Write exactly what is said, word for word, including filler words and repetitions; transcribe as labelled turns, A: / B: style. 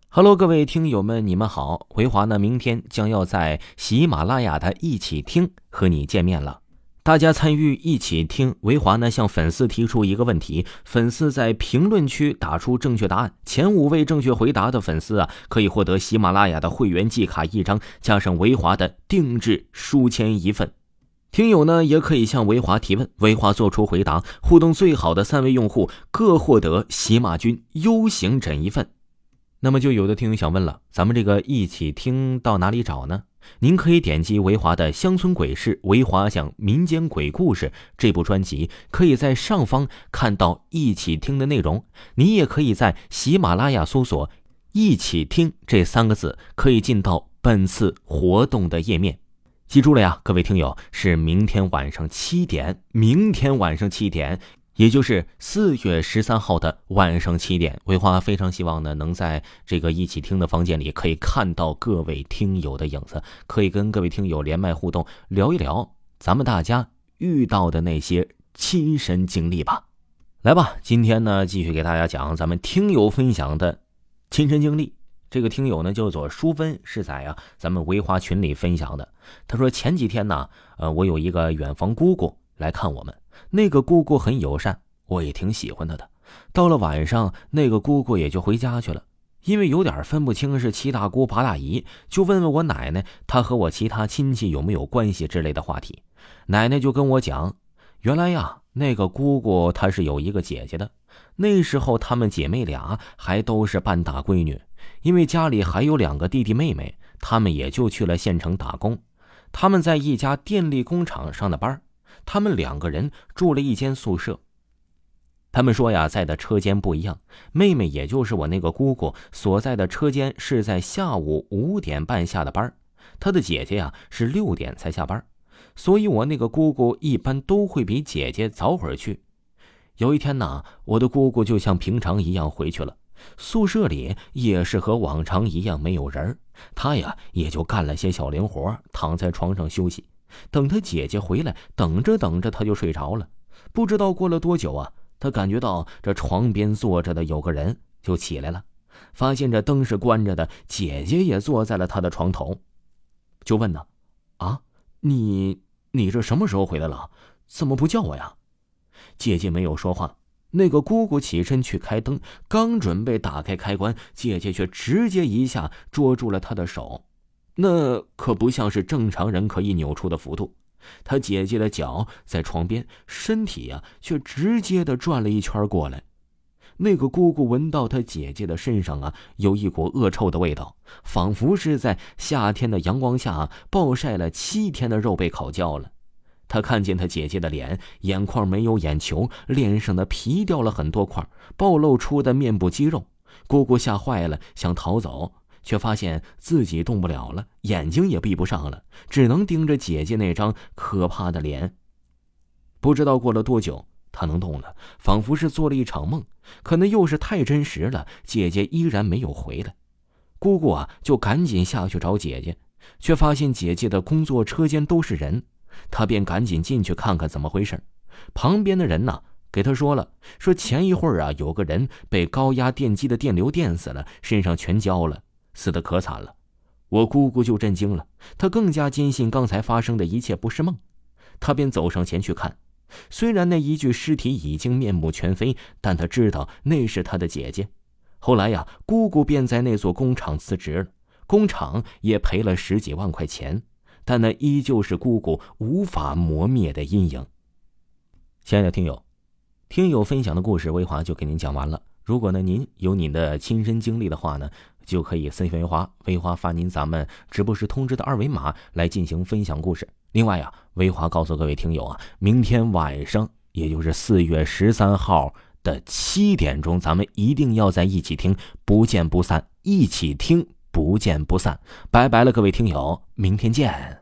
A: Hello， 各位听友们，你们好。维华呢，明天将要在喜马拉雅的一起听和你见面了。大家参与一起听，维华呢向粉丝提出一个问题，粉丝在评论区打出正确答案，前五位正确回答的粉丝啊，可以获得喜马拉雅的会员季卡一张，加上维华的定制书签一份。听友呢也可以向维华提问，维华做出回答，互动最好的三位用户各获得喜马君 U 型枕一份。那么就有的听友想问了，咱们这个一起听到哪里找呢？您可以点击维华的乡村鬼事维华讲民间鬼故事这部专辑，可以在上方看到一起听的内容。你也可以在喜马拉雅搜索一起听这三个字，可以进到本次活动的页面。记住了呀，各位听友，是明天晚上七点，明天晚上七点，也就是四月十三号的晚上七点，维华非常希望呢，能在这个一起听的房间里可以看到各位听友的影子，可以跟各位听友连麦互动，聊一聊咱们大家遇到的那些亲身经历吧。来吧，今天呢继续给大家讲咱们听友分享的亲身经历。这个听友呢叫做淑芬，是在啊咱们维华群里分享的。他说前几天呢，呃，我有一个远房姑姑来看我们。那个姑姑很友善，我也挺喜欢她的。到了晚上，那个姑姑也就回家去了，因为有点分不清是七大姑八大姨，就问问我奶奶她和我其他亲戚有没有关系之类的话题。奶奶就跟我讲，原来呀那个姑姑她是有一个姐姐的，那时候她们姐妹俩还都是半大闺女，因为家里还有两个弟弟妹妹，她们也就去了县城打工。她们在一家电力工厂上的班，他们两个人住了一间宿舍。他们说呀，在的车间不一样，妹妹也就是我那个姑姑所在的车间是在下午五点半下的班，她的姐姐呀是六点才下班，所以我那个姑姑一般都会比姐姐早会儿去。有一天呢，我的姑姑就像平常一样回去了，宿舍里也是和往常一样没有人，她呀也就干了些小零活，躺在床上休息。等他姐姐回来，等着等着他就睡着了。不知道过了多久啊，他感觉到这床边坐着的有个人，就起来了，发现这灯是关着的，姐姐也坐在了他的床头，就问呢，啊，你你这什么时候回来了？怎么不叫我呀？姐姐没有说话。那个姑姑起身去开灯，刚准备打开开关，姐姐却直接一下捉住了他的手。那可不像是正常人可以扭出的幅度，他姐姐的脚在床边，身体呀、啊、却直接的转了一圈过来。那个姑姑闻到他姐姐的身上啊有一股恶臭的味道，仿佛是在夏天的阳光下暴晒了七天的肉被烤焦了。他看见他姐姐的脸，眼眶没有眼球，脸上的皮掉了很多块，暴露出的面部肌肉。姑姑吓坏了，想逃走，却发现自己动不了了，眼睛也闭不上了，只能盯着姐姐那张可怕的脸。不知道过了多久，她能动了，仿佛是做了一场梦，可能又是太真实了，姐姐依然没有回来。姑姑啊，就赶紧下去找姐姐，却发现姐姐的工作车间都是人，她便赶紧进去看看怎么回事。旁边的人呢、啊给他说了，说前一会儿啊，有个人被高压电机的电流电死了，身上全焦了，死得可惨了。我姑姑就震惊了，她更加坚信刚才发生的一切不是梦，她便走上前去看。虽然那一具尸体已经面目全非，但她知道那是她的姐姐。后来呀，姑姑便在那座工厂辞职了，工厂也赔了十几万块钱，但那依旧是姑姑无法磨灭的阴影。亲爱的听友，听友分享的故事维华就给您讲完了。如果呢您有您的亲身经历的话呢，就可以私信维华，维华发您咱们直播时通知的二维码来进行分享故事。另外啊，维华告诉各位听友啊，明天晚上也就是四月十三号的七点钟，咱们一定要在一起听，不见不散，一起听不见不散。拜拜了各位听友，明天见。